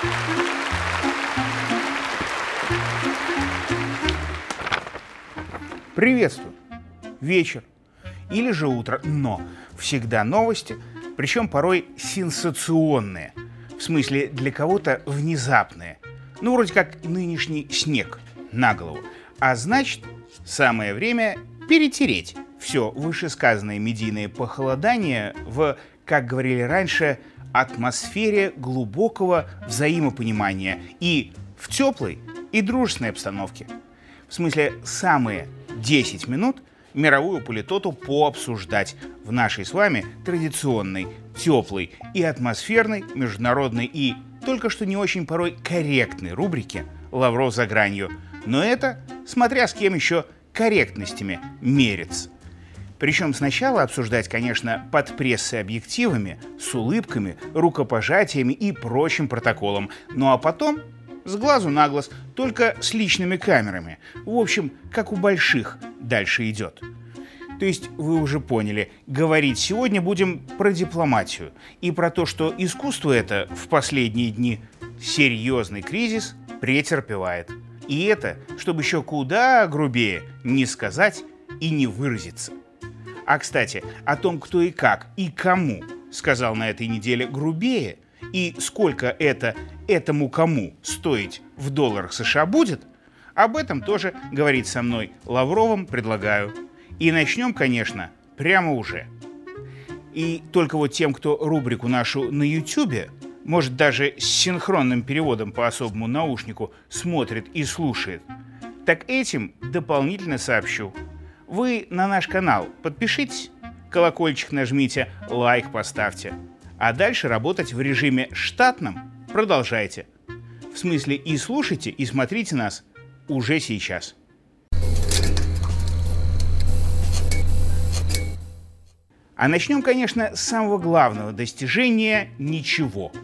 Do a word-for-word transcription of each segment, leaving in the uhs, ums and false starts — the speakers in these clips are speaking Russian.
Приветствую! Вечер или же утро, но всегда новости, причем порой сенсационные, в смысле для кого-то внезапные, ну вроде как нынешний снег на голову, а значит самое время перетереть все вышесказанное медийное похолодание в, как говорили раньше, атмосфере глубокого взаимопонимания и в теплой и дружественной обстановке. В смысле, самые десять минут мировую политоту пообсуждать в нашей с вами традиционной, теплой и атмосферной, международной и только что не очень порой корректной рубрике «Лавров за гранью». Но это, смотря с кем еще корректностями мерится. Причем сначала обсуждать, конечно, под пресс-объективами, с улыбками, рукопожатиями и прочим протоколом. Ну а потом с глазу на глаз, только с личными камерами. В общем, как у больших дальше идет. То есть вы уже поняли, говорить сегодня будем про дипломатию и про то, что искусство это в последние дни серьезный кризис претерпевает. И это, чтобы еще куда грубее не сказать и не выразиться. А, кстати, о том, кто и как, и кому сказал на этой неделе грубее, и сколько это этому кому стоить в долларах США будет, об этом тоже говорить со мной Лавровым предлагаю. И начнем, конечно, прямо уже. И только вот тем, кто рубрику нашу на Ютубе, может даже с синхронным переводом по особому наушнику смотрит и слушает, так этим дополнительно сообщу. Вы на наш канал подпишитесь, колокольчик нажмите, лайк поставьте. А дальше работать в режиме штатном продолжайте. В смысле и слушайте, и смотрите нас уже сейчас. А начнем, конечно, с самого главного достижения – ничего.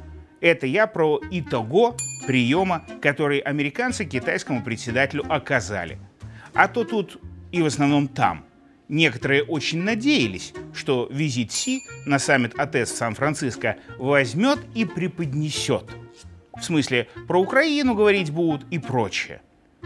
Это я про итого приема, который американцы китайскому председателю оказали. А то тут и в основном там. Некоторые очень надеялись, что визит Си на саммит АТЭС в Сан-Франциско возьмет и преподнесет. В смысле, про Украину говорить будут и прочее.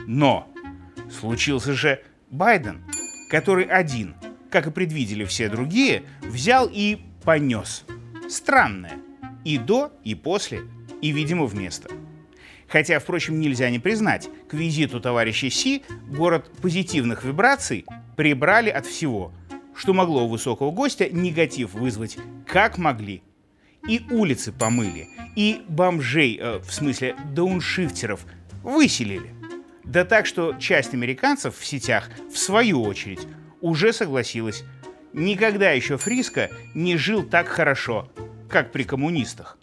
Но случился же Байден, который один, как и предвидели все другие, взял и понес. Странное. И до, и после, и, видимо, вместо. Хотя, впрочем, нельзя не признать, к визиту товарища Си город позитивных вибраций прибрали от всего, что могло у высокого гостя негатив вызвать, как могли. И улицы помыли, и бомжей, э, в смысле дауншифтеров, выселили. Да так, что часть американцев в сетях, в свою очередь, уже согласилась. Никогда еще Фриско не жил так хорошо, как при коммунистах.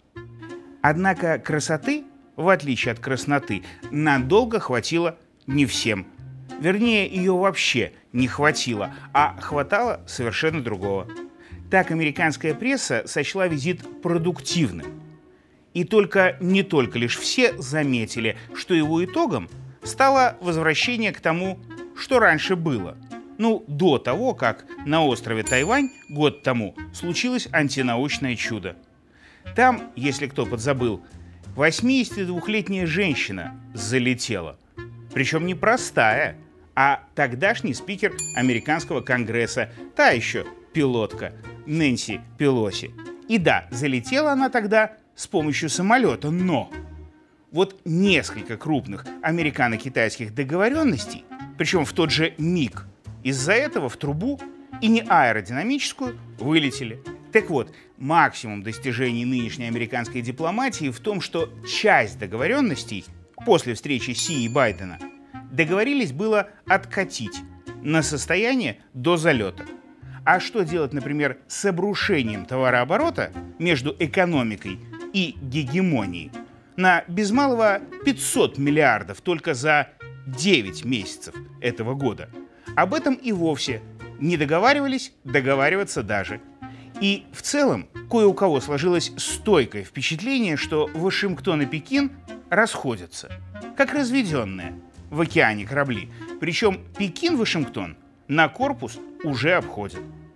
Однако красоты, в отличие от красноты, надолго хватило не всем. Вернее, ее вообще не хватило, а хватало совершенно другого. Так американская пресса сочла визит продуктивным. И только не только лишь все заметили, что его итогом стало возвращение к тому, что раньше было. Ну, до того, как на острове Тайвань год тому случилось антинаучное чудо. Там, если кто подзабыл, восьмидесятидвухлетняя женщина залетела. Причем не простая, а тогдашний спикер американского конгресса, та еще пилотка, Нэнси Пелоси. И да, залетела она тогда с помощью самолета, но вот несколько крупных американо-китайских договоренностей, причем в тот же миг, из-за этого в трубу, и не аэродинамическую, вылетели. Так вот, максимум достижений нынешней американской дипломатии в том, что часть договоренностей после встречи Си и Байдена договорились было откатить на состояние до залета. А что делать, например, с обрушением товарооборота между экономикой и гегемонией на без малого пятьсот миллиардов только за девять месяцев этого года? Об этом и вовсе не договаривались, договариваться даже. И в целом кое у кого сложилось стойкое впечатление, что Вашингтон и Пекин расходятся, как разведенные в океане корабли. Причем Пекин Вашингтон на корпус уже обходит.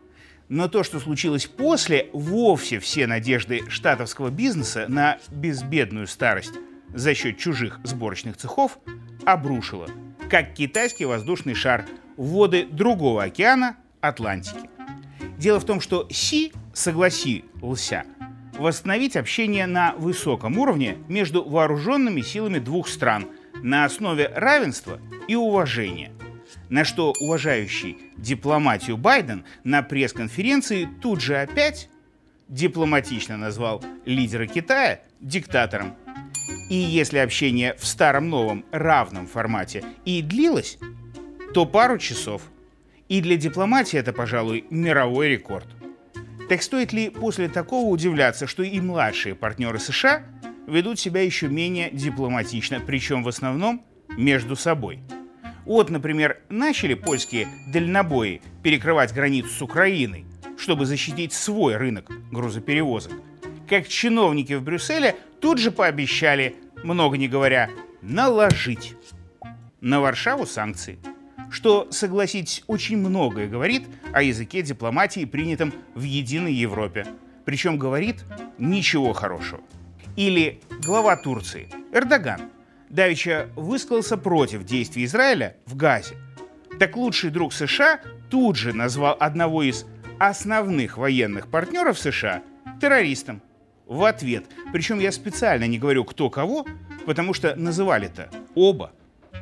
Но то, что случилось после, вовсе все надежды штатовского бизнеса на безбедную старость за счет чужих сборочных цехов обрушило, как китайский воздушный шар в воды другого океана – Атлантики. Дело в том, что Си согласился восстановить общение на высоком уровне между вооруженными силами двух стран на основе равенства и уважения, на что уважающий дипломатию Байден на пресс-конференции тут же опять дипломатично назвал лидера Китая диктатором. И если общение в старом-новом равном формате и длилось, то пару часов. И для дипломатии это, пожалуй, мировой рекорд. Так стоит ли после такого удивляться, что и младшие партнеры США ведут себя еще менее дипломатично, причем в основном между собой? Вот, например, начали польские дальнобои перекрывать границу с Украиной, чтобы защитить свой рынок грузоперевозок, как чиновники в Брюсселе тут же пообещали, много не говоря, наложить на Варшаву санкции, что, согласитесь, очень многое говорит о языке дипломатии, принятом в единой Европе. Причем говорит ничего хорошего. Или глава Турции Эрдоган давеча высказался против действий Израиля в Газе. Так лучший друг США тут же назвал одного из основных военных партнеров США террористом в ответ. Причем я специально не говорю кто кого, потому что называли-то оба.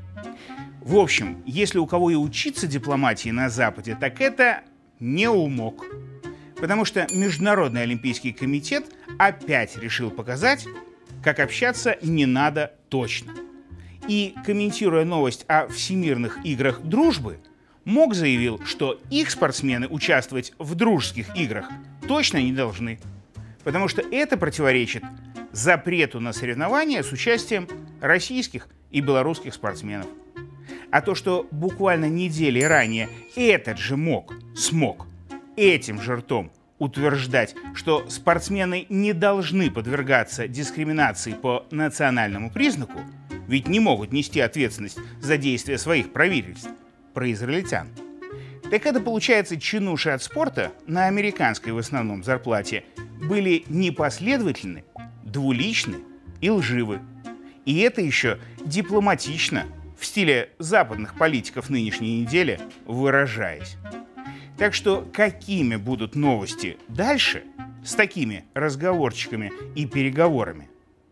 В общем, если у кого и учиться дипломатии на Западе, так это неумок. Потому что Международный олимпийский комитет опять решил показать, как общаться не надо точно. И, комментируя новость о Всемирных играх дружбы, МОК заявил, что их спортсмены участвовать в дружеских играх точно не должны, потому что это противоречит запрету на соревнования с участием российских и белорусских спортсменов. А то, что буквально недели ранее этот же МОК смог этим же ртом утверждать, что спортсмены не должны подвергаться дискриминации по национальному признаку, ведь не могут нести ответственность за действия своих правительств, про израильтян. Так это, получается, чинуши от спорта на американской в основном зарплате были непоследовательны, двуличны и лживы. И это еще дипломатично, в стиле западных политиков нынешней недели, выражаясь. Так что какими будут новости дальше с такими разговорчиками и переговорами?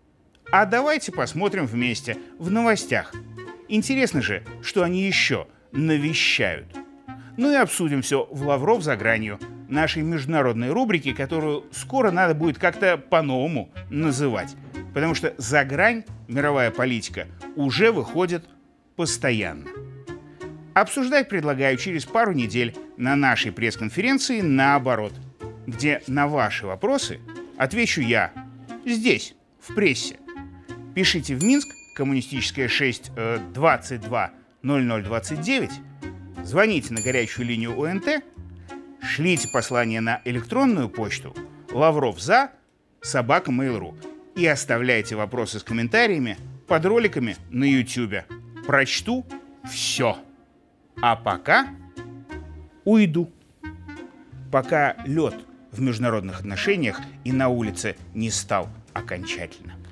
А давайте посмотрим вместе в новостях. Интересно же, что они еще навещают. Ну и обсудим все в «Лавров за гранью», нашей международной рубрике, которую скоро надо будет как-то по-новому называть. Потому что за грань мировая политика уже выходит постоянно. Обсуждать предлагаю через пару недель на нашей пресс-конференции «Наоборот», где на ваши вопросы отвечу я, здесь, в прессе. Пишите в Минск, Коммунистическая шесть, двадцать два ноль ноль двадцать девять, звоните на горячую линию О Н Т, шлите послание на электронную почту лавров за собака точка мейл точка ру и оставляйте вопросы с комментариями под роликами на YouTube. Прочту все. А пока уйду. Пока лед в международных отношениях и на улице не стал окончательно.